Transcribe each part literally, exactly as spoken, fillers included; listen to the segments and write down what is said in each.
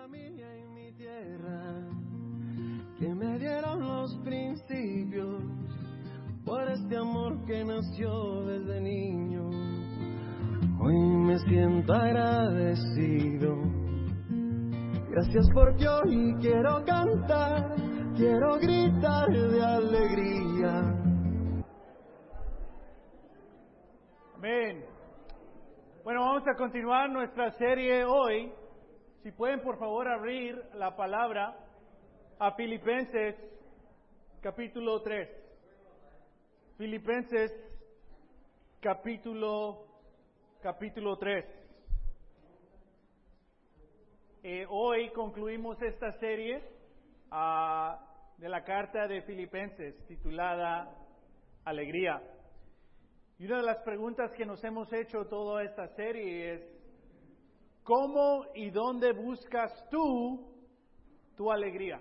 familia y mi tierra, que me dieron los principios, por este amor que nació desde niño. Hoy me siento agradecido, gracias porque hoy quiero cantar, quiero gritar de alegría. Amén. Bueno, vamos a continuar nuestra serie hoy. Si pueden, por favor, abrir la palabra a Filipenses capítulo tres. Filipenses capítulo, capítulo tres. Eh, hoy concluimos esta serie uh, de la carta de Filipenses titulada Alegría. Y una de las preguntas que nos hemos hecho toda esta serie es: ¿cómo y dónde buscas tú tu alegría?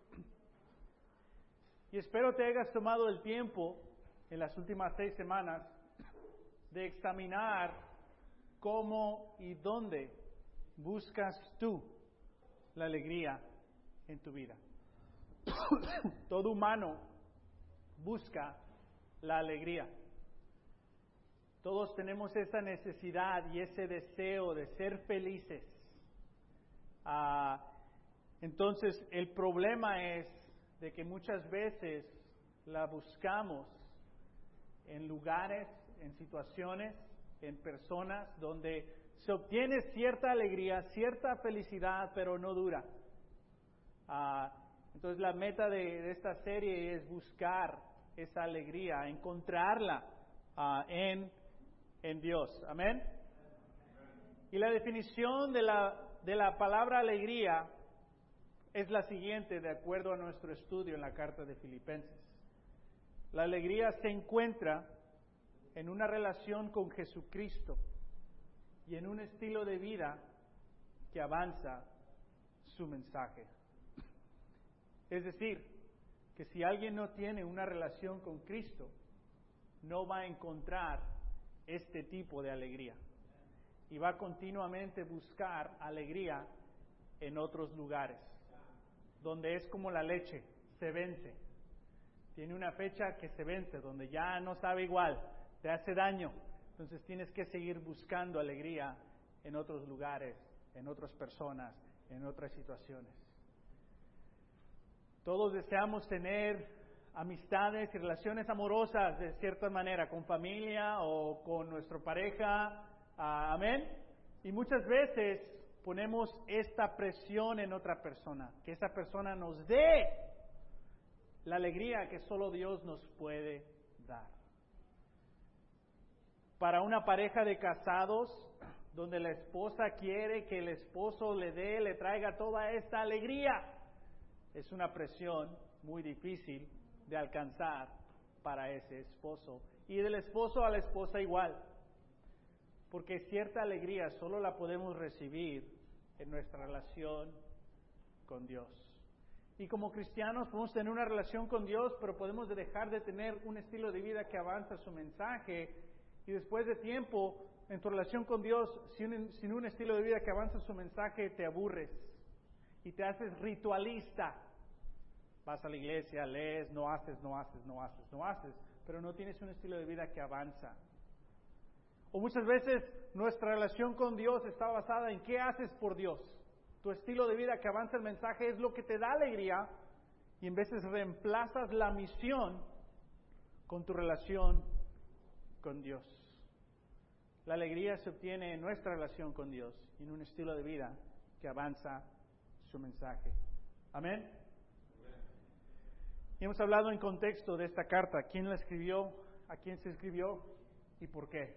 Y espero te hayas tomado el tiempo en las últimas seis semanas de examinar cómo y dónde buscas tú la alegría en tu vida. Todo humano busca la alegría. Todos tenemos esa necesidad y ese deseo de ser felices. Ah, entonces, el problema es de que muchas veces la buscamos en lugares, en situaciones, en personas donde se obtiene cierta alegría, cierta felicidad, pero no dura. Ah, entonces, la meta de, de esta serie es buscar esa alegría, encontrarla ah, en en Dios. Amén. Y la definición de la, de la palabra alegría es la siguiente, de acuerdo a nuestro estudio en la carta de Filipenses. La alegría se encuentra en una relación con Jesucristo y en un estilo de vida que avanza su mensaje. Es decir, que si alguien no tiene una relación con Cristo, no va a encontrar este tipo de alegría y va a continuamente buscar alegría en otros lugares donde es como la leche, se vence, tiene una fecha que se vence, donde ya no sabe igual, te hace daño, entonces tienes que seguir buscando alegría en otros lugares, en otras personas, en otras situaciones. Todos deseamos tener amistades y relaciones amorosas de cierta manera, con familia o con nuestra pareja, uh, amén. Y muchas veces ponemos esta presión en otra persona, que esa persona nos dé la alegría que solo Dios nos puede dar. Para una pareja de casados, donde la esposa quiere que el esposo le dé, le traiga toda esta alegría, es una presión muy difícil de alcanzar para ese esposo, y del esposo a la esposa igual, porque cierta alegría solo la podemos recibir en nuestra relación con Dios. Y como cristianos podemos tener una relación con Dios, pero podemos dejar de tener un estilo de vida que avanza su mensaje, y después de tiempo en tu relación con Dios, sin un, sin un estilo de vida que avanza su mensaje, te aburres y te haces ritualista. Vas a la iglesia, lees, no haces, no haces, no haces, no haces, pero no tienes un estilo de vida que avanza. O muchas veces nuestra relación con Dios está basada en qué haces por Dios. Tu estilo de vida que avanza el mensaje es lo que te da alegría, y en veces reemplazas la misión con tu relación con Dios. La alegría se obtiene en nuestra relación con Dios y en un estilo de vida que avanza su mensaje. Amén. Y hemos hablado en contexto de esta carta, quién la escribió, a quién se escribió y por qué.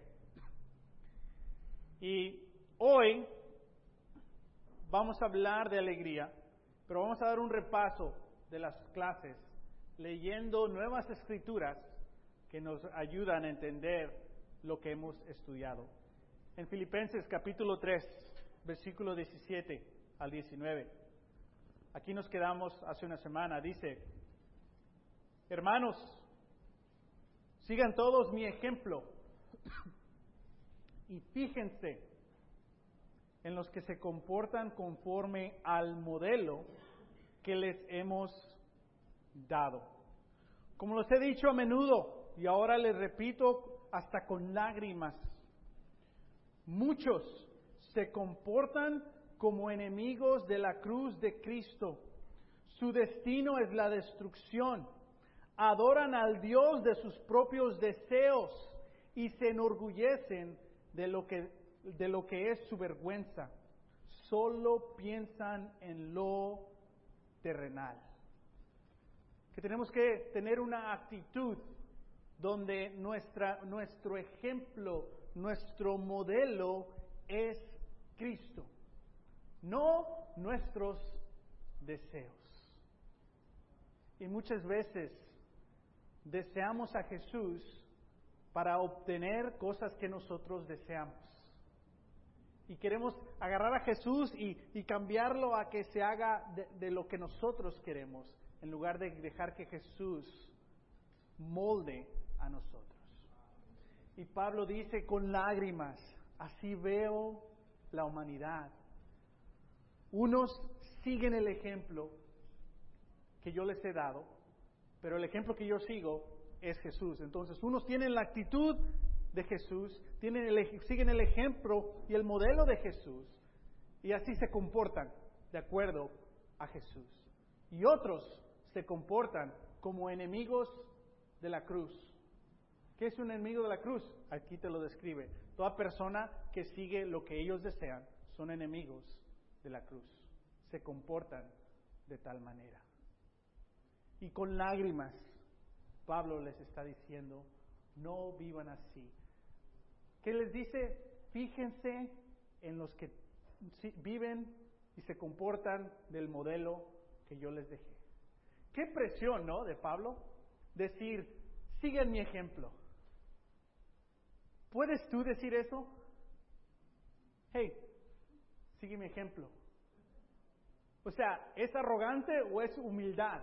Y hoy vamos a hablar de alegría, pero vamos a dar un repaso de las clases, leyendo nuevas escrituras que nos ayudan a entender lo que hemos estudiado. En Filipenses capítulo tres, versículo diecisiete al diecinueve. Aquí nos quedamos hace una semana, dice: hermanos, sigan todos mi ejemplo y fíjense en los que se comportan conforme al modelo que les hemos dado. Como les he dicho a menudo, y ahora les repito hasta con lágrimas, muchos se comportan como enemigos de la cruz de Cristo. Su destino es la destrucción. Adoran al Dios de sus propios deseos y se enorgullecen de lo que, de lo que es su vergüenza. Solo piensan en lo terrenal. Que tenemos que tener una actitud donde nuestra, nuestro ejemplo, nuestro modelo es Cristo, no nuestros deseos. Y muchas veces deseamos a Jesús para obtener cosas que nosotros deseamos. Y queremos agarrar a Jesús y, y cambiarlo a que se haga de, de lo que nosotros queremos, en lugar de dejar que Jesús molde a nosotros. Y Pablo dice con lágrimas, así veo la humanidad. Unos siguen el ejemplo que yo les he dado, pero el ejemplo que yo sigo es Jesús. Entonces, unos tienen la actitud de Jesús, tienen el, siguen el ejemplo y el modelo de Jesús, y así se comportan de acuerdo a Jesús. Y otros se comportan como enemigos de la cruz. ¿Qué es un enemigo de la cruz? Aquí te lo describe. Toda persona que sigue lo que ellos desean son enemigos de la cruz. Se comportan de tal manera. Y con lágrimas, Pablo les está diciendo, no vivan así. ¿Qué les dice? Fíjense en los que viven y se comportan del modelo que yo les dejé. Qué presión, ¿no?, de Pablo, decir, sigan mi ejemplo. ¿Puedes tú decir eso? Hey, sigue mi ejemplo. O sea, ¿es arrogante o es humildad?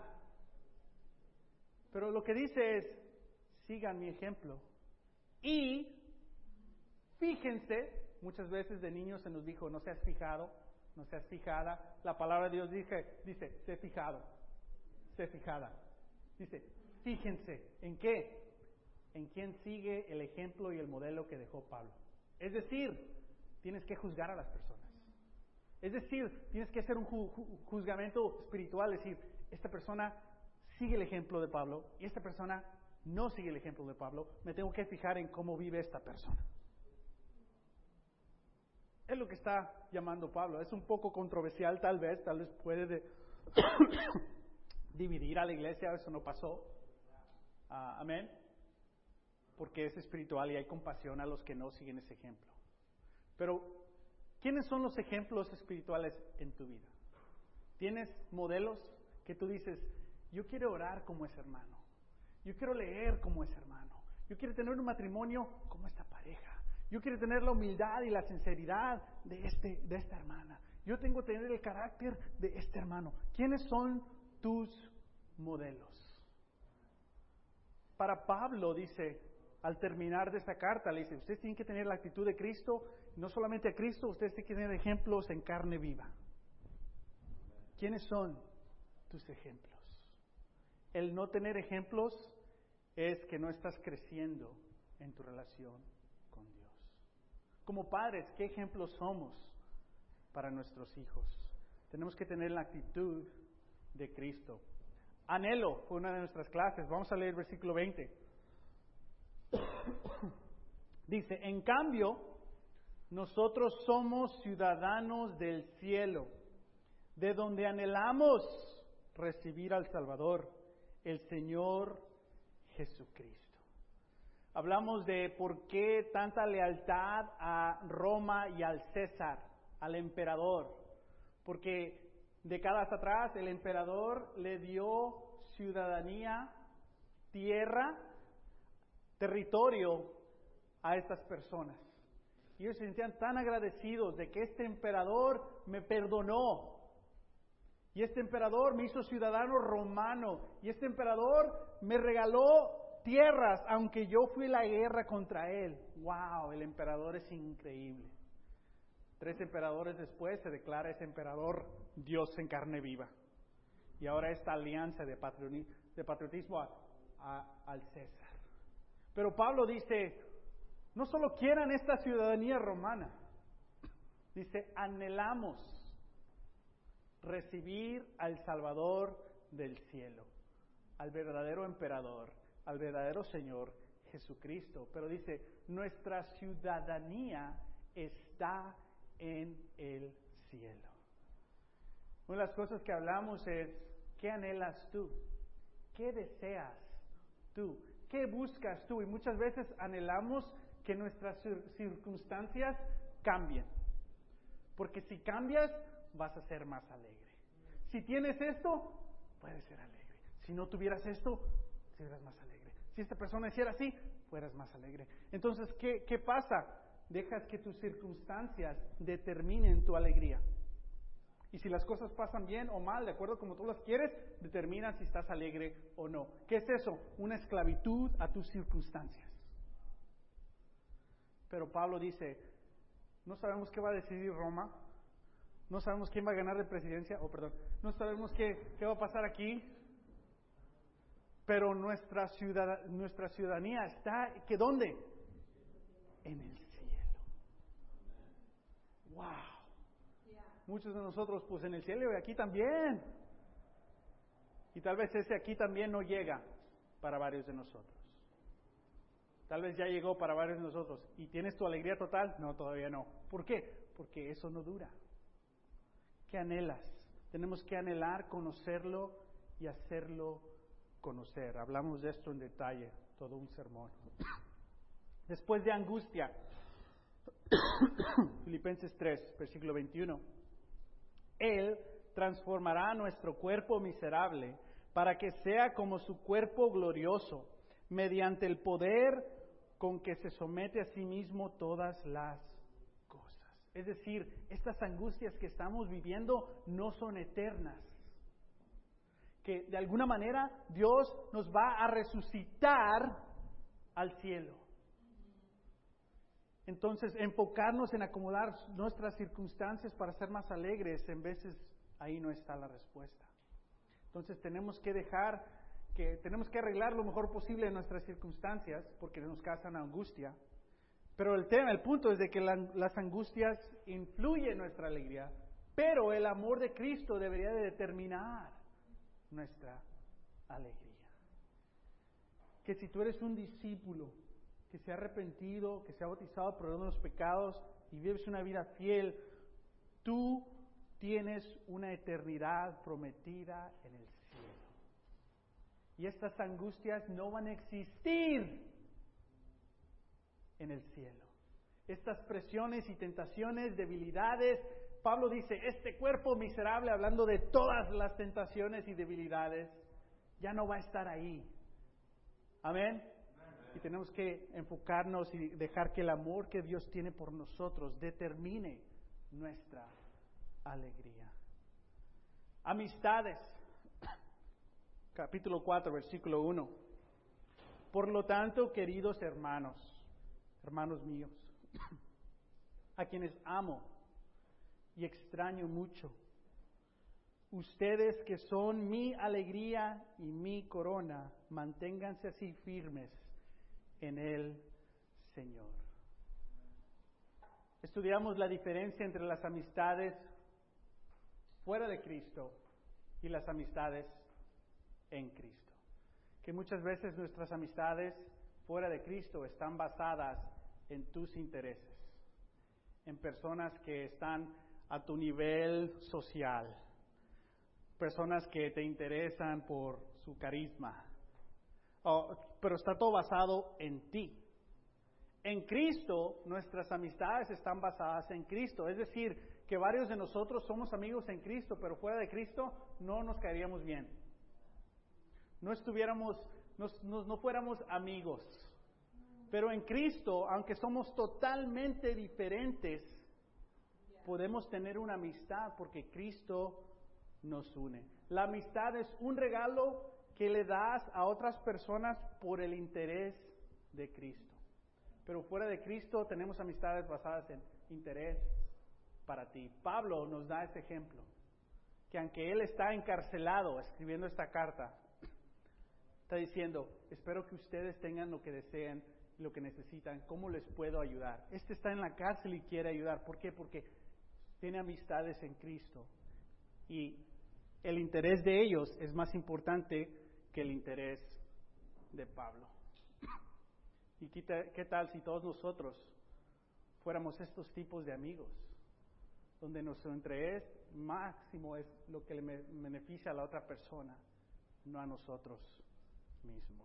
Pero lo que dice es, sigan mi ejemplo. Y fíjense, muchas veces de niños se nos dijo, no seas fijado, no seas fijada. La palabra de Dios dice, dice, sé fijado, sé fijada. Dice, fíjense, ¿en qué? En quién sigue el ejemplo y el modelo que dejó Pablo. Es decir, tienes que juzgar a las personas. Es decir, tienes que hacer un ju- ju- juzgamiento espiritual, decir, esta persona sigue el ejemplo de Pablo y esta persona no sigue el ejemplo de Pablo. Me tengo que fijar en cómo vive esta persona. Es lo que está llamando Pablo. Es un poco controversial tal vez, tal vez puede de dividir a la iglesia, eso no pasó. Uh, amén. Porque es espiritual y hay compasión a los que no siguen ese ejemplo. Pero, ¿quiénes son los ejemplos espirituales en tu vida? ¿Tienes modelos que tú dices, yo quiero orar como ese hermano, yo quiero leer como ese hermano, yo quiero tener un matrimonio como esta pareja, yo quiero tener la humildad y la sinceridad de, este, de esta hermana, yo tengo que tener el carácter de este hermano? ¿Quiénes son tus modelos? Para Pablo, dice, al terminar de esta carta, le dice, ustedes tienen que tener la actitud de Cristo, no solamente a Cristo, ustedes tienen que tener ejemplos en carne viva. ¿Quiénes son tus ejemplos? El no tener ejemplos es que no estás creciendo en tu relación con Dios. Como padres, ¿qué ejemplos somos para nuestros hijos? Tenemos que tener la actitud de Cristo. Anhelo fue una de nuestras clases. Vamos a leer el versículo veinte. Dice, en cambio, nosotros somos ciudadanos del cielo, de donde anhelamos recibir al Salvador, el Señor Jesucristo. Hablamos de por qué tanta lealtad a Roma y al César, al emperador. Porque décadas atrás el emperador le dio ciudadanía, tierra, territorio a estas personas. Y ellos se sentían tan agradecidos de que este emperador me perdonó. Y este emperador me hizo ciudadano romano. Y este emperador me regaló tierras, aunque yo fui a la guerra contra él. ¡Wow! El emperador es increíble. Tres emperadores después se declara ese emperador Dios en carne viva. Y ahora esta alianza de, patrioni- de patriotismo a, a, al César. Pero Pablo dice, no solo quieran esta ciudadanía romana, dice, anhelamos recibir al Salvador del cielo, al verdadero emperador, al verdadero Señor Jesucristo. Pero dice, nuestra ciudadanía está en el cielo. Una de las cosas que hablamos es, ¿qué anhelas tú? ¿Qué deseas tú? ¿Qué buscas tú? Y muchas veces anhelamos que nuestras circunstancias cambien. Porque si cambias, vas a ser más alegre. Si tienes esto, puedes ser alegre. Si no tuvieras esto, serás más alegre. Si esta persona hiciera así, fueras más alegre. Entonces, ¿qué, qué pasa? Dejas que tus circunstancias determinen tu alegría. Y si las cosas pasan bien o mal, de acuerdo como tú las quieres, determina si estás alegre o no. ¿Qué es eso? Una esclavitud a tus circunstancias. Pero Pablo dice, no sabemos qué va a decidir Roma, no sabemos quién va a ganar de presidencia, o oh, perdón, no sabemos qué, qué va a pasar aquí, pero nuestra ciudad, nuestra ciudadanía está, ¿que dónde? En el cielo. ¡Wow! Muchos de nosotros, pues en el cielo y aquí también. Y tal vez ese aquí también no llega para varios de nosotros. Tal vez ya llegó para varios de nosotros. ¿Y tienes tu alegría total? No, todavía no. ¿Por qué? Porque eso no dura. ¿Qué anhelas? Tenemos que anhelar conocerlo y hacerlo conocer. Hablamos de esto en detalle, todo un sermón. Después de angustia, Filipenses tres, versículo veintiuno. Él transformará nuestro cuerpo miserable para que sea como su cuerpo glorioso, mediante el poder con que se somete a sí mismo todas las cosas. Es decir, estas angustias que estamos viviendo no son eternas. Que de alguna manera Dios nos va a resucitar al cielo. Entonces, enfocarnos en acomodar nuestras circunstancias para ser más alegres, en veces ahí no está la respuesta. Entonces, tenemos que dejar, que tenemos que arreglar lo mejor posible en nuestras circunstancias, porque nos causan angustia. Pero el tema, el punto es de que la, las angustias influyen en nuestra alegría, pero el amor de Cristo debería de determinar nuestra alegría. Que si tú eres un discípulo que se ha arrepentido, que se ha bautizado por los pecados y vives una vida fiel, tú tienes una eternidad prometida en el cielo. Y estas angustias no van a existir en el cielo. Estas presiones y tentaciones, debilidades, Pablo dice, este cuerpo miserable, hablando de todas las tentaciones y debilidades, ya no va a estar ahí. Amén. Y tenemos que enfocarnos y dejar que el amor que Dios tiene por nosotros determine nuestra alegría. Amistades. Capítulo cuatro, versículo uno. Por lo tanto, queridos hermanos, hermanos míos, a quienes amo y extraño mucho, ustedes que son mi alegría y mi corona, manténganse así firmes en el Señor. Estudiamos la diferencia entre las amistades fuera de Cristo y las amistades en Cristo. Que muchas veces nuestras amistades fuera de Cristo están basadas en tus intereses, en personas que están a tu nivel social, personas que te interesan por su carisma. Oh, pero está todo basado en ti. En Cristo, nuestras amistades están basadas en Cristo. Es decir, que varios de nosotros somos amigos en Cristo, pero fuera de Cristo no nos caeríamos bien. No estuviéramos, no, no, no fuéramos amigos. Pero en Cristo, aunque somos totalmente diferentes, podemos tener una amistad porque Cristo nos une. La amistad es un regalo que le das a otras personas por el interés de Cristo. Pero fuera de Cristo tenemos amistades basadas en interés, para ti. Pablo nos da ese ejemplo, que aunque él está encarcelado escribiendo esta carta, está diciendo, espero que ustedes tengan lo que deseen, lo que necesitan, ¿cómo les puedo ayudar? Este está en la cárcel y quiere ayudar. ¿Por qué? Porque tiene amistades en Cristo y el interés de ellos es más importante que el interés de Pablo. ¿Y qué tal si todos nosotros fuéramos estos tipos de amigos, donde nuestro interés máximo es lo que le beneficia a la otra persona, no a nosotros mismos?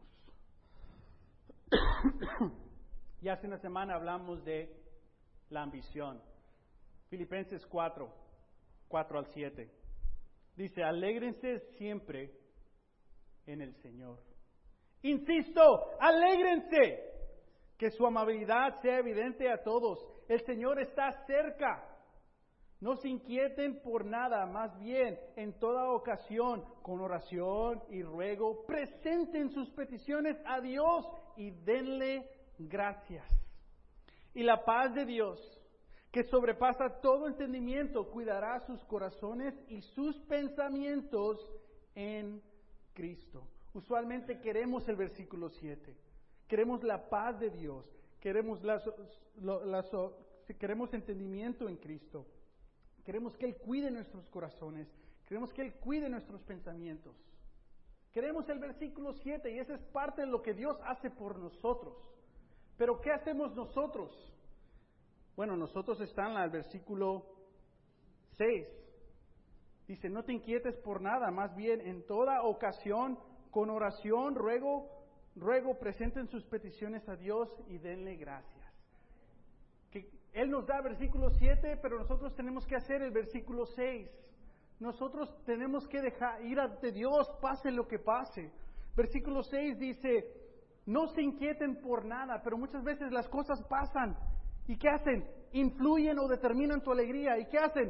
Y hace una semana hablamos de la ambición. Filipenses cuatro, cuatro al siete. Dice, alégrense siempre en el Señor. Insisto, alégrense. Que su amabilidad sea evidente a todos. El Señor está cerca. No se inquieten por nada, más bien, en toda ocasión, con oración y ruego, presenten sus peticiones a Dios y denle gracias. Y la paz de Dios, que sobrepasa todo entendimiento, cuidará sus corazones y sus pensamientos en Cristo. Usualmente queremos el versículo siete. Queremos la paz de Dios. Queremos, la, la, la, queremos entendimiento en Cristo. Queremos que Él cuide nuestros corazones. Queremos que Él cuide nuestros pensamientos. Queremos el versículo siete y esa es parte de lo que Dios hace por nosotros. Pero ¿qué hacemos nosotros? Bueno, nosotros está en el versículo seis. Dice, no te inquietes por nada, más bien en toda ocasión, con oración, ruego, ruego, presenten sus peticiones a Dios y denle gracias. Que Él nos da el versículo siete, pero nosotros tenemos que hacer el versículo seis. Nosotros tenemos que dejar ir ante Dios, pase lo que pase. Versículo seis dice, no se inquieten por nada, pero muchas veces las cosas pasan. ¿Y qué hacen? Influyen o determinan tu alegría. ¿Y qué hacen?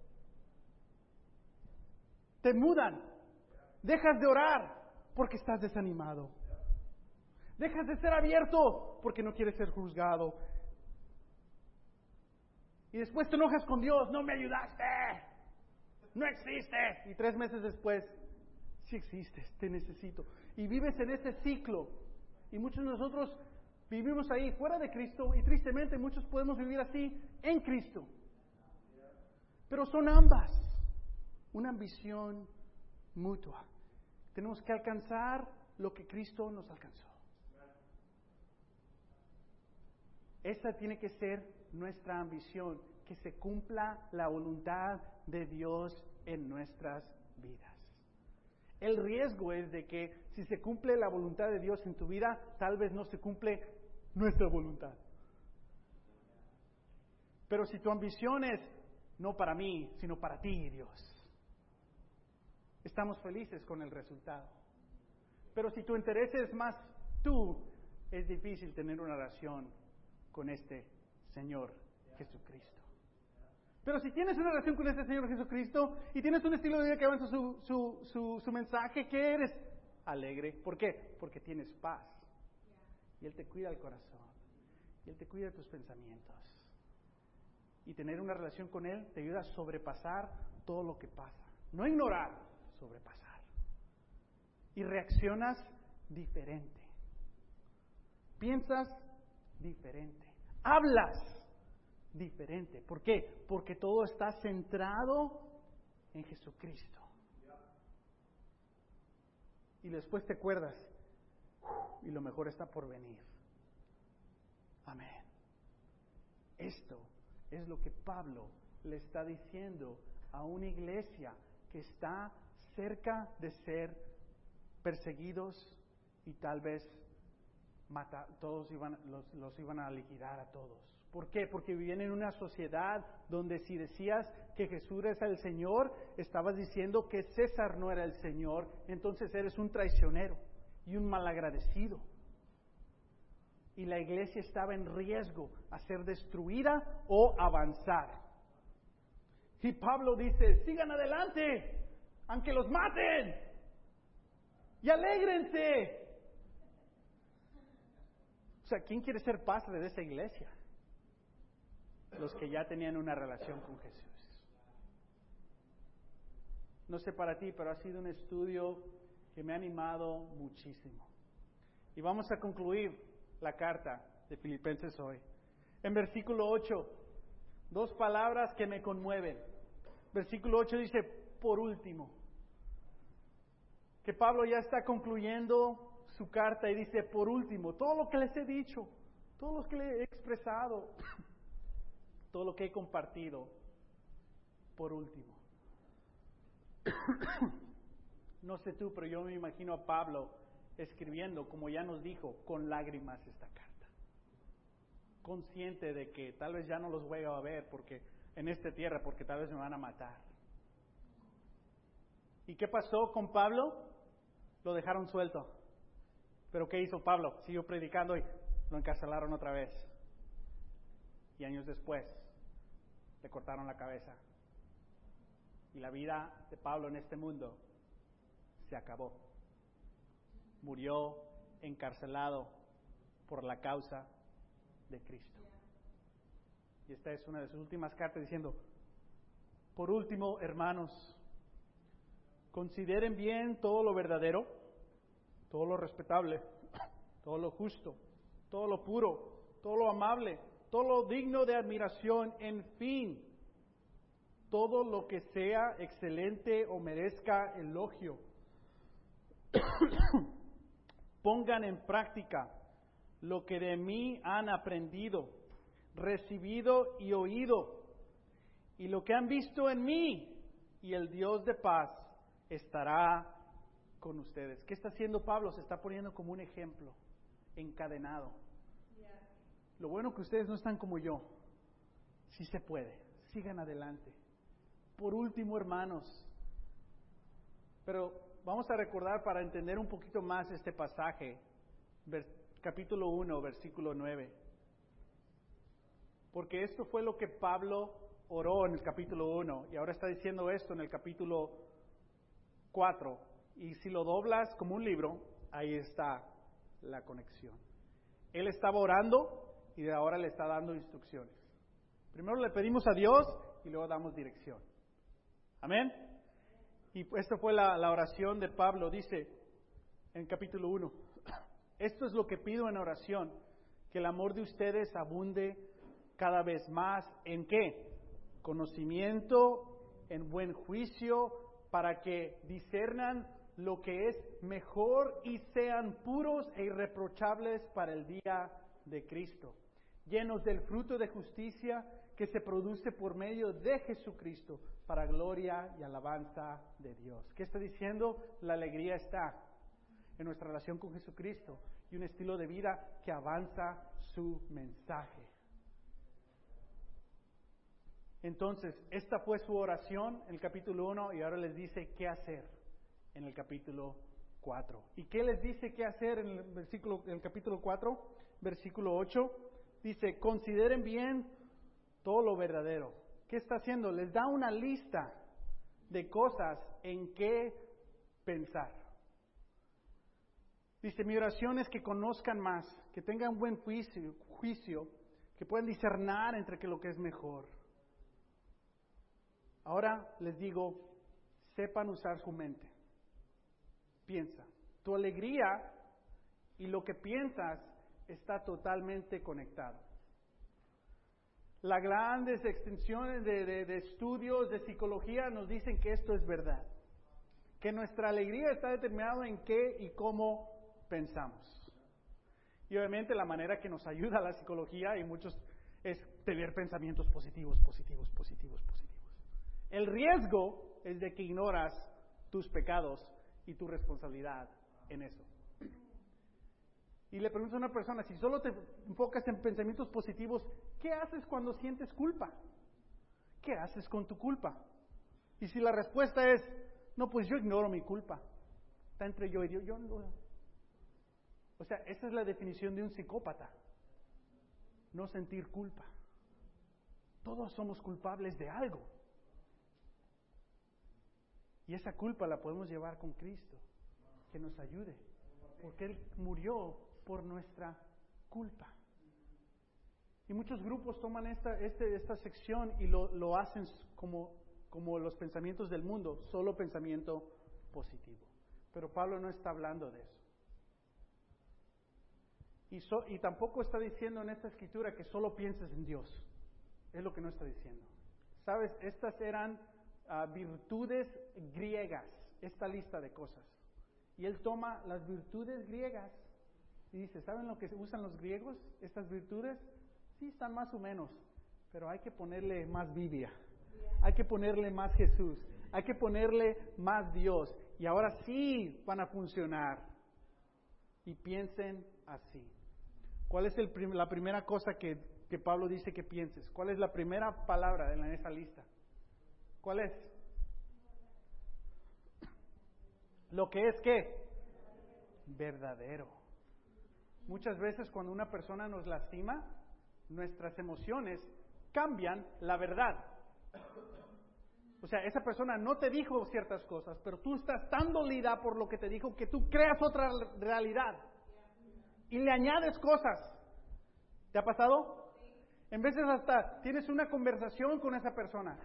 Te mudan. Dejas de orar porque estás desanimado. Dejas de ser abierto porque no quieres ser juzgado. Y después te enojas con Dios. No me ayudaste. No existes. Y tres meses después, sí existes, te necesito. Y vives en ese ciclo. Y muchos de nosotros vivimos ahí fuera de Cristo y tristemente muchos podemos vivir así en Cristo. Pero son ambas. Una ambición mutua. Tenemos que alcanzar lo que Cristo nos alcanzó. Esa tiene que ser nuestra ambición, que se cumpla la voluntad de Dios en nuestras vidas. El riesgo es de que si se cumple la voluntad de Dios en tu vida, tal vez no se cumple nuestra voluntad. Pero si tu ambición es no para mí, sino para ti, Dios, estamos felices con el resultado. Pero si tu interés es más tú, es difícil tener una relación con este Señor Jesucristo. Pero si tienes una relación con este Señor Jesucristo y tienes un estilo de vida que avanza su, su, su, su mensaje, ¿qué eres? Alegre. ¿Por qué? Porque tienes paz. Y Él te cuida el corazón. Y Él te cuida tus pensamientos. Y tener una relación con Él te ayuda a sobrepasar todo lo que pasa. No ignorar, sobrepasar. Y reaccionas diferente. Piensas diferente. Hablas diferente. ¿Por qué? Porque todo está centrado en Jesucristo. Y después te acuerdas, y lo mejor está por venir. Amén. Esto es lo que Pablo le está diciendo a una iglesia que está cerca de ser perseguidos y tal vez mata, todos iban, los, los iban a liquidar a todos. ¿Por qué? Porque vivían en una sociedad donde si decías que Jesús es el Señor, estabas diciendo que César no era el Señor, entonces eres un traicionero y un malagradecido. Y la iglesia estaba en riesgo a ser destruida o avanzar. Y Pablo dice, sigan adelante, aunque los maten, y alégrense. O sea, ¿quién quiere ser padre de esa iglesia? los que ya tenían una relación con Jesús. No sé para ti, pero ha sido un estudio que me ha animado muchísimo. Y vamos a concluir la carta de Filipenses hoy. En versículo ocho, dos palabras que me conmueven. Versículo ocho dice, por último. Que Pablo ya está concluyendo su carta y dice, por último, todo lo que les he dicho, todo lo que les he expresado, todo lo que he compartido, por último. No sé tú, pero yo me imagino a Pablo escribiendo, como ya nos dijo, con lágrimas esta carta. Consciente de que tal vez ya no los voy a ver porque en esta tierra, porque tal vez me van a matar. ¿Y qué pasó con Pablo? Lo dejaron suelto. ¿Pero qué hizo Pablo? Siguió predicando y lo encarcelaron otra vez. Y años después le cortaron la cabeza. Y la vida de Pablo en este mundo se acabó. Murió encarcelado por la causa de Cristo. Y esta es una de sus últimas cartas diciendo, por último, hermanos, consideren bien todo lo verdadero, todo lo respetable, todo lo justo, todo lo puro, todo lo amable, todo lo digno de admiración, en fin, todo lo que sea excelente o merezca elogio. Pongan en práctica lo que de mí han aprendido, recibido y oído, y lo que han visto en mí, y el Dios de paz estará con ustedes. ¿Qué está haciendo Pablo? Se está poniendo como un ejemplo, encadenado. Lo bueno que ustedes no están como yo. Sí se puede, sigan adelante. Por último, hermanos, pero vamos a recordar para entender un poquito más este pasaje, capítulo uno, versículo nueve. Porque esto fue lo que Pablo oró en el capítulo uno y ahora está diciendo esto en el capítulo cuatro. Y si lo doblas como un libro, ahí está la conexión. Él estaba orando y ahora le está dando instrucciones. Primero le pedimos a Dios y luego damos dirección. Amén. Y esta fue la, la oración de Pablo. Dice en capítulo uno, esto es lo que pido en oración, que el amor de ustedes abunde cada vez más. ¿En qué? Conocimiento, en buen juicio, para que discernan lo que es mejor y sean puros e irreprochables para el día de Cristo, llenos del fruto de justicia que se produce por medio de Jesucristo para gloria y alabanza de Dios. ¿Qué está diciendo? La alegría está en nuestra relación con Jesucristo y un estilo de vida que avanza su mensaje. Entonces, esta fue su oración en el capítulo uno y ahora les dice qué hacer en el capítulo cuatro. ¿Y qué les dice qué hacer en el versículo, en el capítulo cuatro? Versículo ocho, dice, consideren bien todo lo verdadero. ¿Qué está haciendo? Les da una lista de cosas en qué pensar. Dice, mi oración es que conozcan más, que tengan buen juicio, juicio, que puedan discernir entre que lo que es mejor. Ahora les digo, sepan usar su mente. Piensa. Tu alegría y lo que piensas está totalmente conectado. Las grandes extensiones de, de, de estudios de psicología nos dicen que esto es verdad. Que nuestra alegría está determinada en qué y cómo pensamos. Y obviamente la manera que nos ayuda la psicología y muchos es tener pensamientos positivos, positivos, positivos, positivos. El riesgo es de que ignoras tus pecados y tu responsabilidad en eso. Y le pregunto a una persona, si solo te enfocas en pensamientos positivos, ¿qué haces cuando sientes culpa? ¿Qué haces con tu culpa? Y si la respuesta es, no, pues yo ignoro mi culpa. Está entre yo y Dios. Yo no. O sea, esa es la definición de un psicópata. No sentir culpa. Todos somos culpables de algo. Y esa culpa la podemos llevar con Cristo, que nos ayude, porque Él murió por nuestra culpa. Y muchos grupos toman esta, este, esta sección y lo, lo hacen como, como los pensamientos del mundo, solo pensamiento positivo. Pero Pablo no está hablando de eso. Y, so, y tampoco está diciendo en esta escritura que solo pienses en Dios. Es lo que no está diciendo. ¿Sabes? Estas eran uh, virtudes griegas, esta lista de cosas. Y él toma las virtudes griegas y dice, ¿saben lo que usan los griegos? Estas virtudes, sí están más o menos, pero hay que ponerle más Biblia. Hay que ponerle más Jesús. Hay que ponerle más Dios. Y ahora sí van a funcionar. Y piensen así. ¿Cuál es el prim- la primera cosa que, que Pablo dice que pienses? ¿Cuál es la primera palabra en esa lista? ¿Cuál es? Lo que es ¿qué? Verdadero. Muchas veces cuando una persona nos lastima, nuestras emociones cambian la verdad. O sea, esa persona no te dijo ciertas cosas, pero tú estás tan dolida por lo que te dijo que tú creas otra realidad. Y le añades cosas. ¿Te ha pasado? En veces hasta tienes una conversación con esa persona.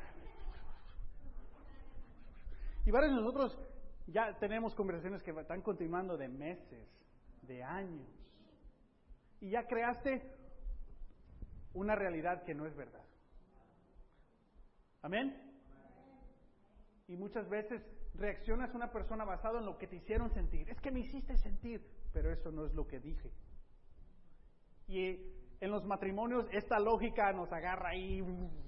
Y varios de nosotros ya tenemos conversaciones que están continuando de meses, de años. Y ya creaste una realidad que no es verdad. ¿Amén? Y muchas veces reaccionas a una persona basado en lo que te hicieron sentir. Es que me hiciste sentir, pero eso no es lo que dije. Y en los matrimonios esta lógica nos agarra ahí.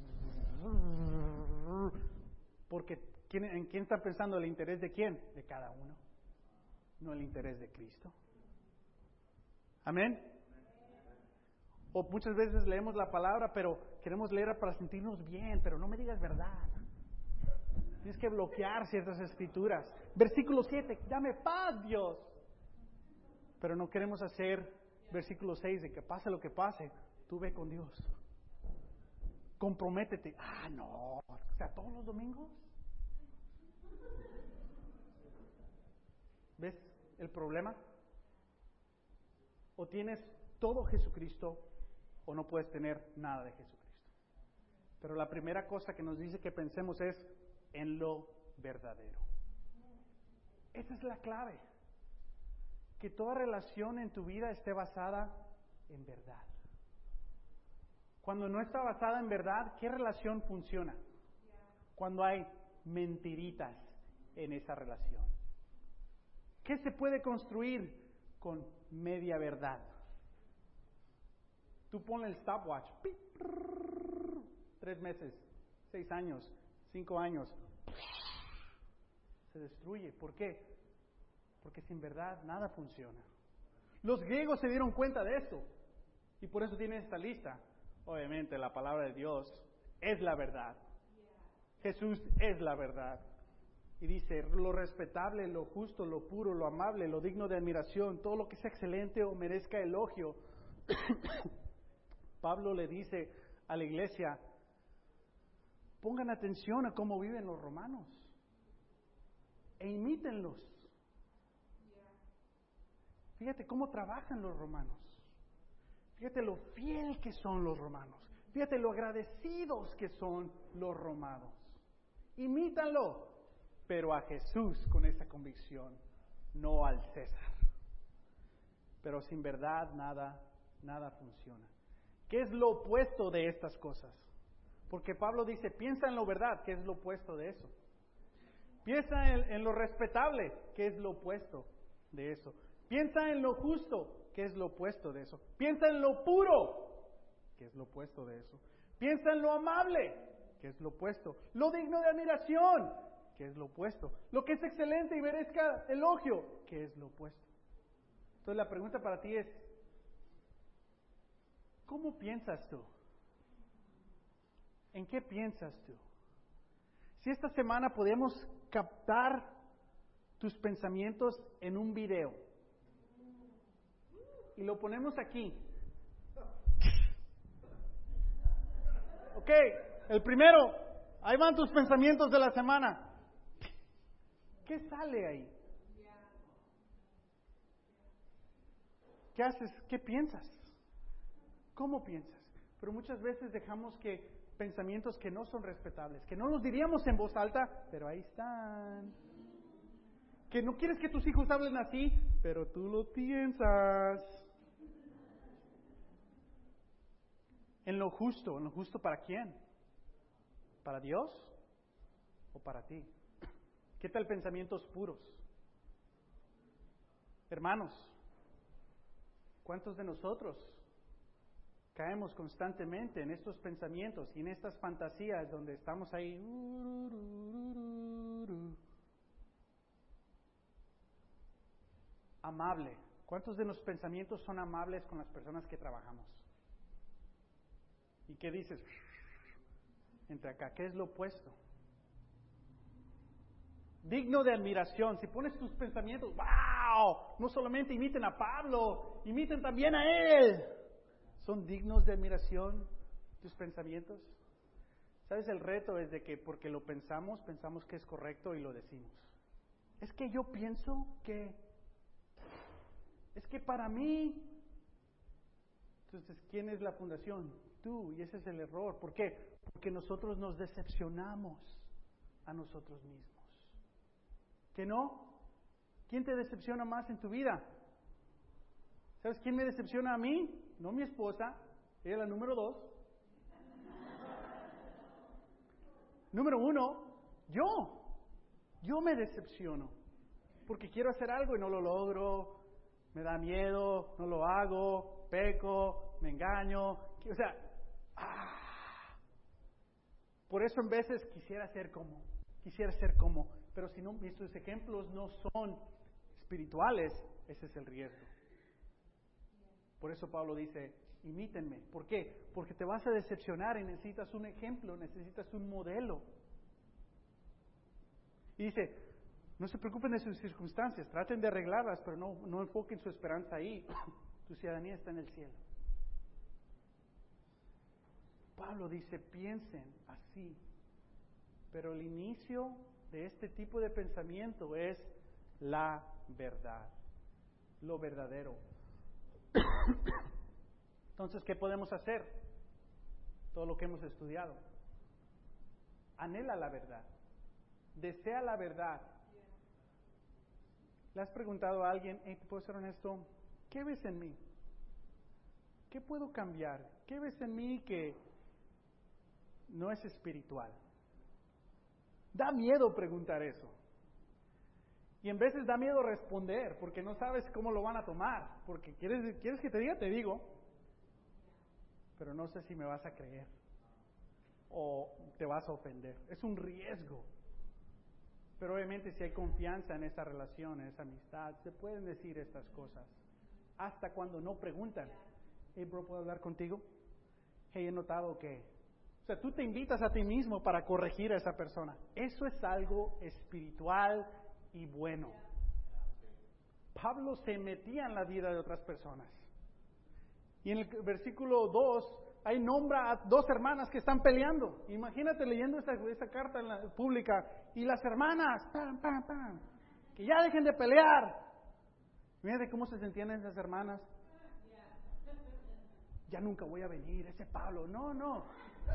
Porque ¿quién, ¿en quién está pensando el interés de quién? De cada uno. No el interés de Cristo. ¿Amén? O muchas veces leemos la palabra, pero queremos leerla para sentirnos bien, pero no me digas verdad. Tienes que bloquear ciertas escrituras. Versículo siete, dame paz, Dios. Pero no queremos hacer versículo seis, de que pase lo que pase, tú ve con Dios. Comprométete. Ah, no. O sea, todos los domingos. ¿Ves el problema? O tienes todo Jesucristo, o no puedes tener nada de Jesucristo. Pero la primera cosa que nos dice que pensemos es en lo verdadero. Esa es la clave. Que toda relación en tu vida esté basada en verdad. Cuando no está basada en verdad, ¿qué relación funciona? Cuando hay mentiritas en esa relación. ¿Qué se puede construir con media verdad? Tú ponle el stopwatch. Tres meses, seis años, cinco años. Se destruye. ¿Por qué? Porque sin verdad nada funciona. Los griegos se dieron cuenta de esto. Y por eso tienen esta lista. Obviamente la palabra de Dios es la verdad. Jesús es la verdad. Y dice, lo respetable, lo justo, lo puro, lo amable, lo digno de admiración, todo lo que sea excelente o merezca elogio. Pablo le dice a la iglesia, pongan atención a cómo viven los romanos e imítenlos. Fíjate cómo trabajan los romanos. Fíjate lo fiel que son los romanos. Fíjate lo agradecidos que son los romanos. Imítanlo, pero a Jesús con esa convicción, no al César. Pero sin verdad nada, nada funciona. ¿Qué es lo opuesto de estas cosas? Porque Pablo dice, piensa en lo verdad, ¿qué es lo opuesto de eso? Piensa en, en lo respetable, ¿qué es lo opuesto de eso? Piensa en lo justo, ¿qué es lo opuesto de eso? Piensa en lo puro, ¿qué es lo opuesto de eso? Piensa en lo amable, ¿qué es lo opuesto? Lo digno de admiración, ¿qué es lo opuesto? Lo que es excelente y merezca elogio, ¿qué es lo opuesto? Entonces la pregunta para ti es, ¿cómo piensas tú? ¿En qué piensas tú? Si esta semana podemos captar tus pensamientos en un video y lo ponemos aquí. Ok, el primero, ahí van tus pensamientos de la semana. ¿Qué sale ahí? ¿Qué haces? ¿Qué piensas? ¿Cómo piensas? Pero muchas veces dejamos que pensamientos que no son respetables, que no los diríamos en voz alta, pero ahí están. Que no quieres que tus hijos hablen así, pero tú lo piensas. En lo justo, ¿en lo justo para quién? ¿Para Dios o para ti? ¿Qué tal pensamientos puros? Hermanos, ¿cuántos de nosotros caemos constantemente en estos pensamientos y en estas fantasías donde estamos ahí? Amable. ¿Cuántos de los pensamientos son amables con las personas que trabajamos? ¿Y qué dices? Entre acá, ¿qué es lo opuesto? Digno de admiración. Si pones tus pensamientos, ¡wow! No solamente imiten a Pablo, imiten también a él. ¿Son dignos de admiración tus pensamientos? ¿Sabes? El reto es de que porque lo pensamos, pensamos que es correcto y lo decimos. Es que yo pienso que... Es que para mí... Entonces, ¿quién es la fundación? Tú, y ese es el error. ¿Por qué? Porque nosotros nos decepcionamos a nosotros mismos. ¿Que no? ¿Quién te decepciona más en tu vida? ¿Sabes quién me decepciona a mí? No mi esposa, ella es la número dos. Número uno, yo. Yo me decepciono. Porque quiero hacer algo y no lo logro, me da miedo, no lo hago, peco, me engaño. O sea, ah, por eso en veces quisiera ser como, quisiera ser como, pero si no, nuestros ejemplos no son espirituales, ese es el riesgo. Por eso Pablo dice, imítenme. ¿Por qué? Porque te vas a decepcionar y necesitas un ejemplo, necesitas un modelo. Y dice, no se preocupen de sus circunstancias, traten de arreglarlas, pero no, no enfoquen su esperanza ahí. Tu ciudadanía está en el cielo. Pablo dice, piensen así. Pero el inicio de este tipo de pensamiento es la verdad, lo verdadero. Entonces, ¿qué podemos hacer? Todo lo que hemos estudiado. Anhela la verdad. Desea la verdad. ¿Le has preguntado a alguien, hey, ¿puedo ser honesto? ¿Qué ves en mí? ¿Qué puedo cambiar? ¿Qué ves en mí que no es espiritual? Da miedo preguntar eso. Y en veces da miedo responder, porque no sabes cómo lo van a tomar. Porque quieres, quieres que te diga, te digo. Pero no sé si me vas a creer. O te vas a ofender. Es un riesgo. Pero obviamente si hay confianza en esa relación, en esa amistad, se pueden decir estas cosas. Hasta cuando no preguntan. Hey, bro, ¿puedo hablar contigo? Hey, he notado que... O sea, tú te invitas a ti mismo para corregir a esa persona. Eso es algo espiritual y bueno. Pablo se metía en la vida de otras personas. Y en el versículo dos, ahí nombra a dos hermanas que están peleando. Imagínate leyendo esta, esta carta en la pública. Y las hermanas, pam, pam, pam, que ya dejen de pelear. Fíjate cómo se sentían esas hermanas. Ya nunca voy a venir, ese Pablo. No, no.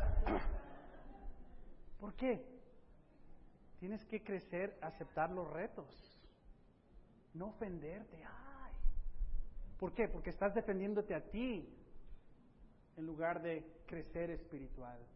¿Por qué? Tienes que crecer, aceptar los retos. No ofenderte. Ay. ¿Por qué? Porque estás defendiéndote a ti en lugar de crecer espiritualmente.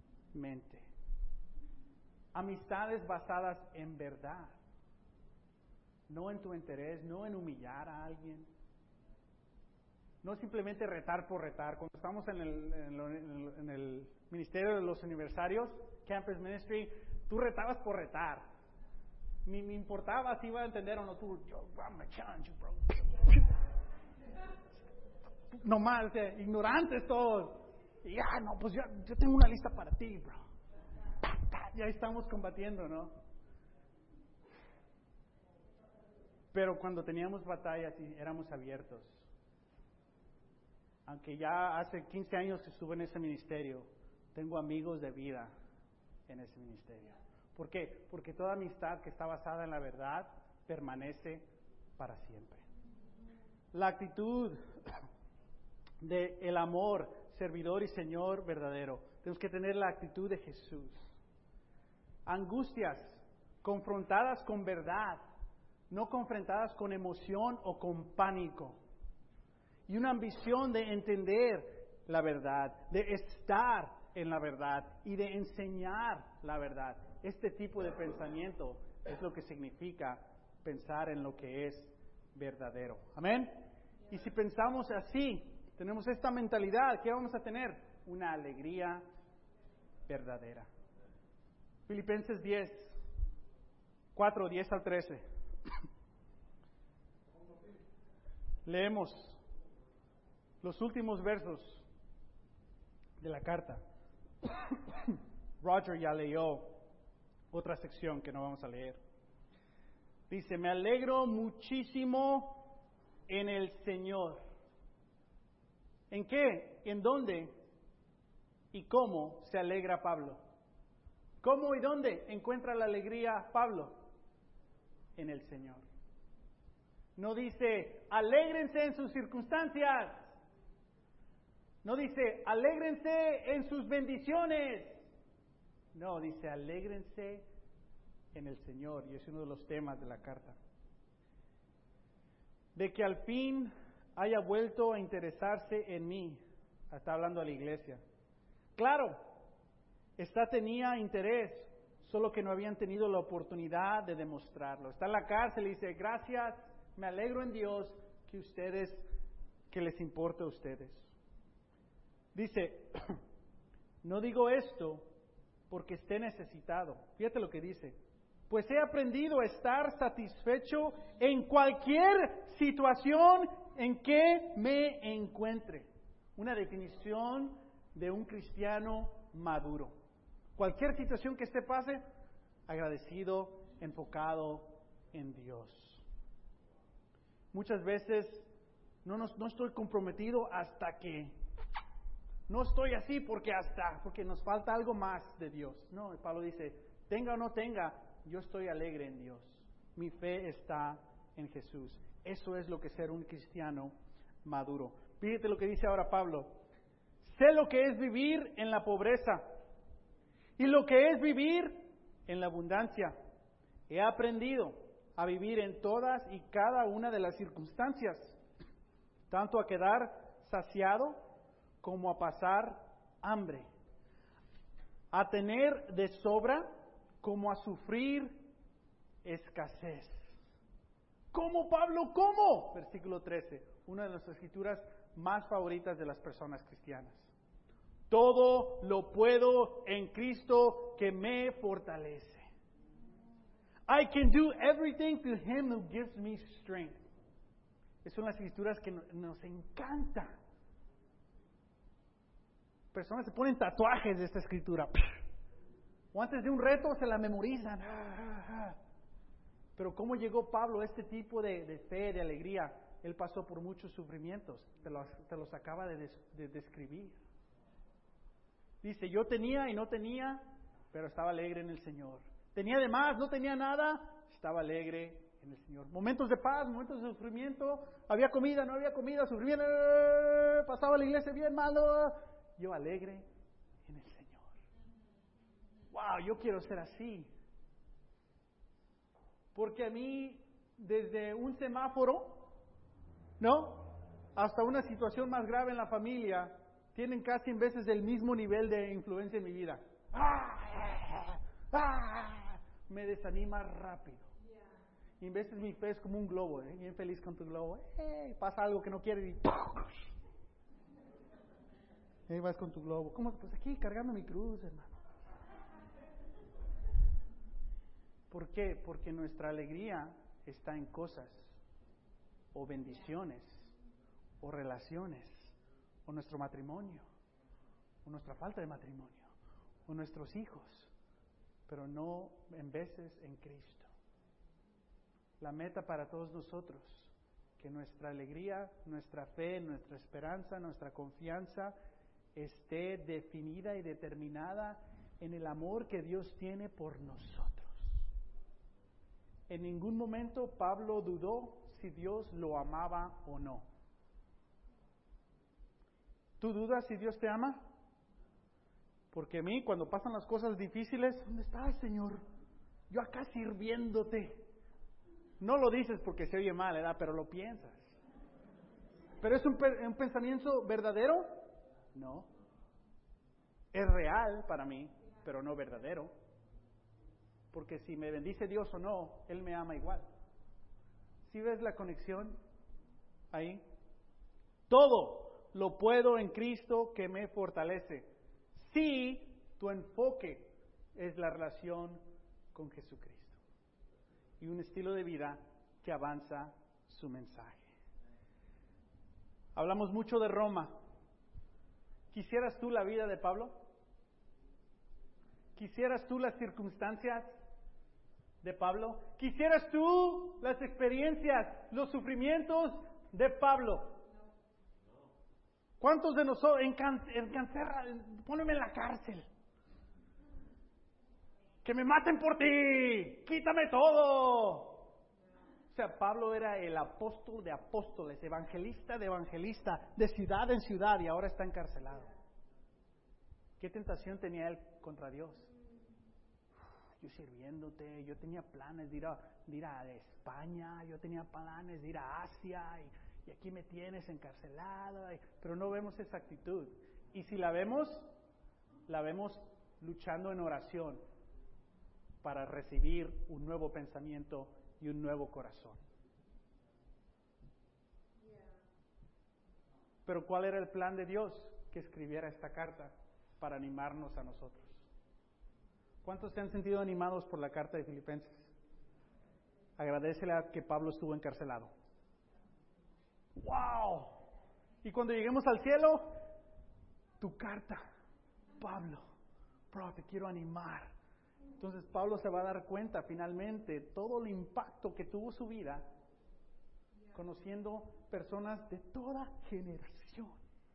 Amistades basadas en verdad. No en tu interés, no en humillar a alguien. No simplemente retar por retar. Cuando estamos en el, en, lo, en, el, en el ministerio de los universitarios, Campus Ministry, tú retabas por retar. Ni me importaba si iba a entender o no. Tú, yo, I'm a challenge, bro. No más, o sea, ignorantes todos. Y ya, no, pues yo, yo tengo una lista para ti, bro. Ya estamos combatiendo, ¿no? Pero cuando teníamos batallas y éramos abiertos, aunque ya hace quince años que estuve en ese ministerio, tengo amigos de vida en ese ministerio. ¿Por qué? Porque toda amistad que está basada en la verdad permanece para siempre. La actitud del amor servidor y Señor verdadero. Tenemos que tener la actitud de Jesús. Angustias confrontadas con verdad, no confrontadas con emoción o con pánico. Y una ambición de entender la verdad, de estar en la verdad y de enseñar la verdad. Este tipo de pensamiento es lo que significa pensar en lo que es verdadero. Amén. Y si pensamos así, tenemos esta mentalidad, ¿qué vamos a tener? Una alegría verdadera. Filipenses diez, cuatro, diez al trece. Leemos los últimos versos de la carta. Roger ya leyó otra sección que no vamos a leer. Dice, me alegro muchísimo en el Señor. ¿En qué? ¿En dónde? ¿Y cómo se alegra Pablo? ¿Cómo y dónde encuentra la alegría Pablo? En el Señor. No dice, alégrense en sus circunstancias. No dice, alégrense en sus bendiciones. No, dice, alégrense en el Señor. Y es uno de los temas de la carta. De que al fin haya vuelto a interesarse en mí. Está hablando a la iglesia. Claro, esta tenía interés, solo que no habían tenido la oportunidad de demostrarlo. Está en la cárcel y dice, gracias, me alegro en Dios que ustedes, que les importa a ustedes. Dice, no digo esto porque esté necesitado. Fíjate lo que dice. Pues he aprendido a estar satisfecho en cualquier situación en que me encuentre. Una definición de un cristiano maduro. Cualquier situación que esté pase, agradecido, enfocado en Dios. Muchas veces no, nos, no estoy comprometido hasta que, no estoy así porque hasta, porque nos falta algo más de Dios. No, Pablo dice, tenga o no tenga, yo estoy alegre en Dios. Mi fe está en Jesús. Eso es lo que es ser un cristiano maduro. Fíjate lo que dice ahora Pablo. Sé lo que es vivir en la pobreza y lo que es vivir en la abundancia. He aprendido a vivir en todas y cada una de las circunstancias, tanto a quedar saciado como a pasar hambre, a tener de sobra como a sufrir escasez. ¿Cómo, Pablo? ¿Cómo? Versículo trece, una de las escrituras más favoritas de las personas cristianas. Todo lo puedo en Cristo que me fortalece. I can do everything to Him who gives me strength. Es una de las escrituras que nos encanta. Personas se ponen tatuajes de esta escritura. O antes de un reto se la memorizan. Pero ¿cómo llegó Pablo a este tipo de, de fe, de alegría? Él pasó por muchos sufrimientos. Te los, te los acaba de, des, de describir. Dice, yo tenía y no tenía, pero estaba alegre en el Señor. Tenía de más, no tenía nada, estaba alegre en el Señor. Momentos de paz, momentos de sufrimiento. Había comida, no había comida, sufrimiento. Pasaba la iglesia bien, malo. Yo alegre en el Señor. Wow, yo quiero ser así. Porque a mí, desde un semáforo, ¿no? Hasta una situación más grave en la familia, tienen casi en veces el mismo nivel de influencia en mi vida. ¡Ah! ¡Ah! Me desanima rápido. Y en veces mi fe es como un globo, ¿eh? Bien feliz con tu globo. ¡Eh! Pasa algo que no quieres y ahí vas con tu globo. ¿Cómo? Pues aquí cargando mi cruz, hermano. ¿Por qué? Porque nuestra alegría está en cosas, o bendiciones, o relaciones, o nuestro matrimonio, o nuestra falta de matrimonio, o nuestros hijos, pero no en veces en Cristo. La meta para todos nosotros, que nuestra alegría, nuestra fe, nuestra esperanza, nuestra confianza esté definida y determinada en el amor que Dios tiene por nosotros. En ningún momento Pablo dudó si Dios lo amaba o no. ¿Tú dudas si Dios te ama? Porque a mí, cuando pasan las cosas difíciles, ¿dónde estás, Señor? Yo acá sirviéndote. No lo dices porque se oye mal, ¿verdad? Pero lo piensas. ¿Pero es un, un pensamiento verdadero? No. Es real para mí, pero no verdadero. Porque si me bendice Dios o no, Él me ama igual. ¿Sí ves la conexión ahí? Todo lo puedo en Cristo que me fortalece. Si tu enfoque es la relación con Jesucristo y un estilo de vida que avanza su mensaje. Hablamos mucho de Roma. ¿Quisieras tú la vida de Pablo? ¿Quisieras tú las circunstancias de Pablo? ¿Quisieras tú las experiencias, los sufrimientos de Pablo? ¿Cuántos de nosotros encarcera, póneme en la cárcel? Que me maten por ti, quítame todo. O sea, Pablo era el apóstol de apóstoles, evangelista de evangelista, de ciudad en ciudad, y ahora está encarcelado. ¿Qué tentación tenía él contra Dios? Yo sirviéndote, yo tenía planes de ir a, de ir a España, yo tenía planes de ir a Asia, y, y aquí me tienes encarcelado, y, pero no vemos esa actitud. Y si la vemos, la vemos luchando en oración para recibir un nuevo pensamiento y un nuevo corazón. Pero ¿cuál era el plan de Dios? Que escribiera esta carta para animarnos a nosotros. ¿Cuántos se han sentido animados por la carta de Filipenses? Agradécele a que Pablo estuvo encarcelado. ¡Wow! Y cuando lleguemos al cielo, tu carta, Pablo, bro, te quiero animar. Entonces Pablo se va a dar cuenta finalmente todo el impacto que tuvo su vida conociendo personas de toda generación.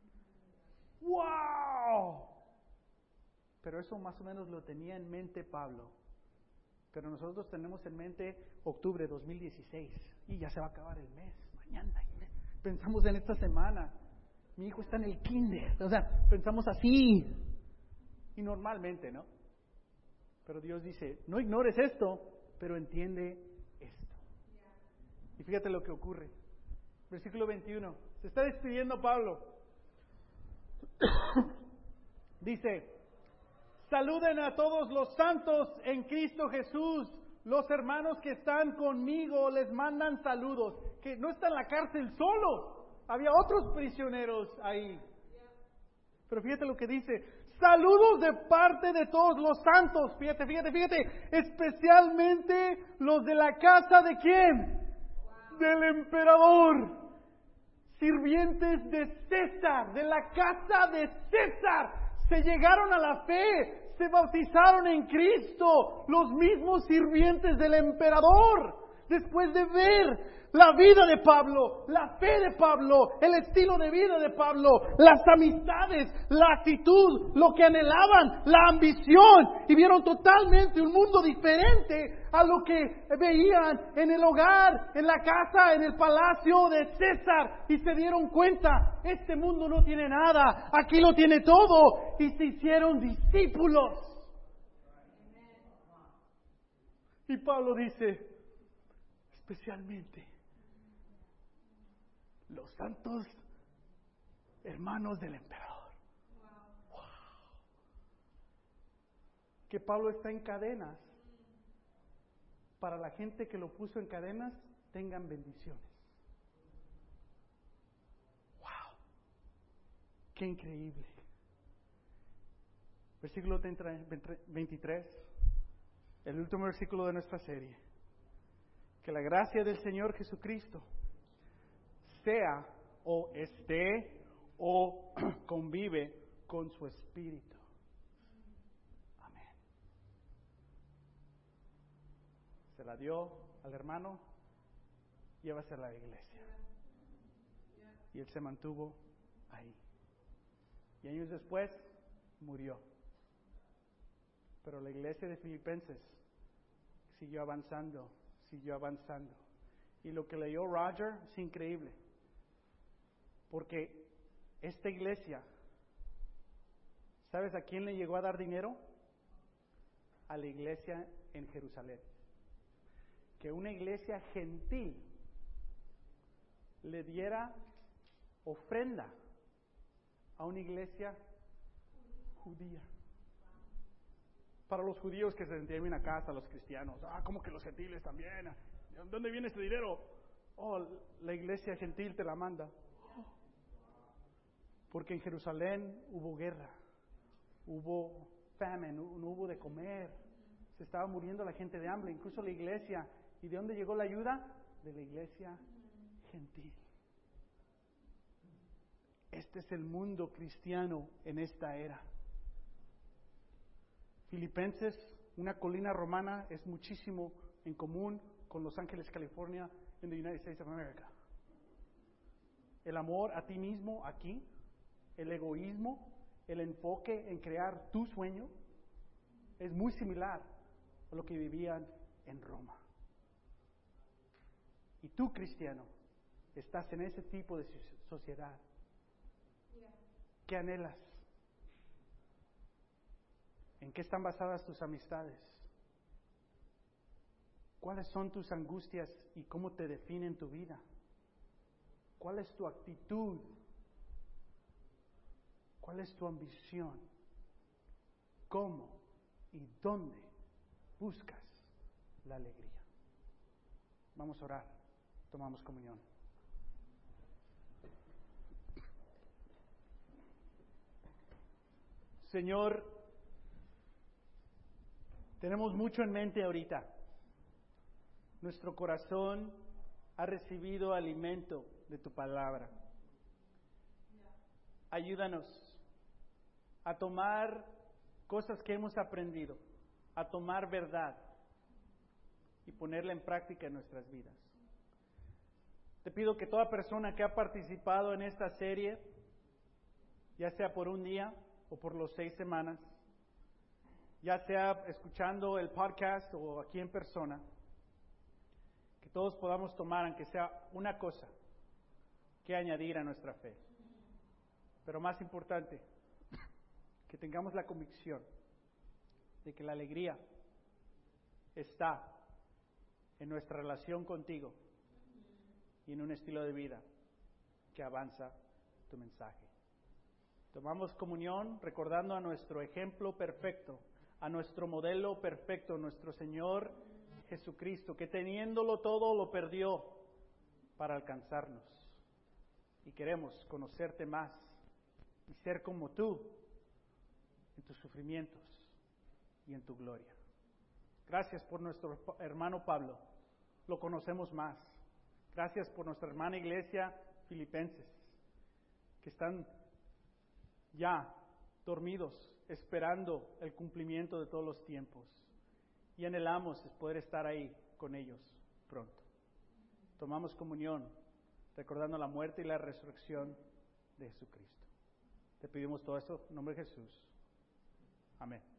¡Wow! Pero eso más o menos lo tenía en mente Pablo. Pero nosotros tenemos en mente octubre de dos mil dieciséis y ya se va a acabar el mes, mañana. Pensamos en esta semana. Mi hijo está en el kinder, o sea, pensamos así. Y normalmente, ¿no? Pero Dios dice, no ignores esto, pero entiende esto. Y fíjate lo que ocurre. Versículo veintiuno. Se está despidiendo Pablo. Dice, saluden a todos los santos en Cristo Jesús. Los hermanos que están conmigo les mandan saludos. Que no está en la cárcel solo. Había otros prisioneros ahí. Pero fíjate lo que dice. Saludos de parte de todos los santos. Fíjate, fíjate, fíjate. Especialmente los de la casa de ¿quién? Wow. Del emperador. Sirvientes de César, de la casa de César. Se llegaron a la fe. Se bautizaron en Cristo. Los mismos sirvientes del emperador. Después de ver la vida de Pablo, la fe de Pablo, el estilo de vida de Pablo, las amistades, la actitud, lo que anhelaban, la ambición, y vieron totalmente un mundo diferente a lo que veían en el hogar, en la casa, en el palacio de César, y se dieron cuenta, este mundo no tiene nada, aquí lo tiene todo, y se hicieron discípulos. Y Pablo dice, especialmente los santos hermanos del emperador. Wow. Wow. Que Pablo está en cadenas. Para la gente que lo puso en cadenas, tengan bendiciones. Wow. Qué increíble. Versículo veintitrés, el último versículo de nuestra serie. Que la gracia del Señor Jesucristo sea o esté o convive con su espíritu. Amén. Se la dio al hermano, llévasela a la iglesia. Y él se mantuvo ahí. Y años después murió. Pero la iglesia de Filipenses siguió avanzando, siguió avanzando. Y lo que leyó Roger es increíble. Porque esta iglesia ¿Sabes a quién le llegó a dar dinero? A la iglesia en Jerusalén. Que una iglesia gentil le diera ofrenda a una iglesia judía. Para los judíos que se sentían bien acá, hasta los cristianos, ah, ¿cómo que los gentiles también? ¿De dónde viene este dinero? Oh, la iglesia gentil te la manda. Porque en Jerusalén hubo guerra, hubo famine, no hubo de comer, se estaba muriendo la gente de hambre, incluso la iglesia. ¿Y de dónde llegó la ayuda? De la iglesia gentil. Este es el mundo cristiano en esta era. Filipenses, una colina romana, es muchísimo en común con Los Ángeles, California, en the United States of America. El amor a ti mismo aquí, el egoísmo, el enfoque en crear tu sueño, es muy similar a lo que vivían en Roma. Y tú, cristiano, estás en ese tipo de sociedad. ¿Qué anhelas? ¿En qué están basadas tus amistades? ¿Cuáles son tus angustias y cómo te definen tu vida? ¿Cuál es tu actitud? ¿Cuál es tu ambición? ¿Cómo y dónde buscas la alegría? Vamos a orar. Tomamos comunión. Señor, tenemos mucho en mente ahorita. Nuestro corazón ha recibido alimento de tu palabra. Ayúdanos a tomar cosas que hemos aprendido, a tomar verdad y ponerla en práctica en nuestras vidas. Te pido que toda persona que ha participado en esta serie, ya sea por un día o por los seis semanas, ya sea escuchando el podcast o aquí en persona, que todos podamos tomar, aunque sea una cosa, que añadir a nuestra fe. Pero más importante, que tengamos la convicción de que la alegría está en nuestra relación contigo y en un estilo de vida que avanza tu mensaje. Tomamos comunión recordando a nuestro ejemplo perfecto, a nuestro modelo perfecto, nuestro Señor Jesucristo, que teniéndolo todo lo perdió para alcanzarnos. Y queremos conocerte más y ser como tú en tus sufrimientos y en tu gloria. Gracias por nuestro hermano Pablo, lo conocemos más. Gracias por nuestra hermana iglesia Filipenses, que están ya dormidos, esperando el cumplimiento de todos los tiempos. Y anhelamos poder estar ahí con ellos pronto. Tomamos comunión, recordando la muerte y la resurrección de Jesucristo. Te pedimos todo eso en nombre de Jesús. Amén.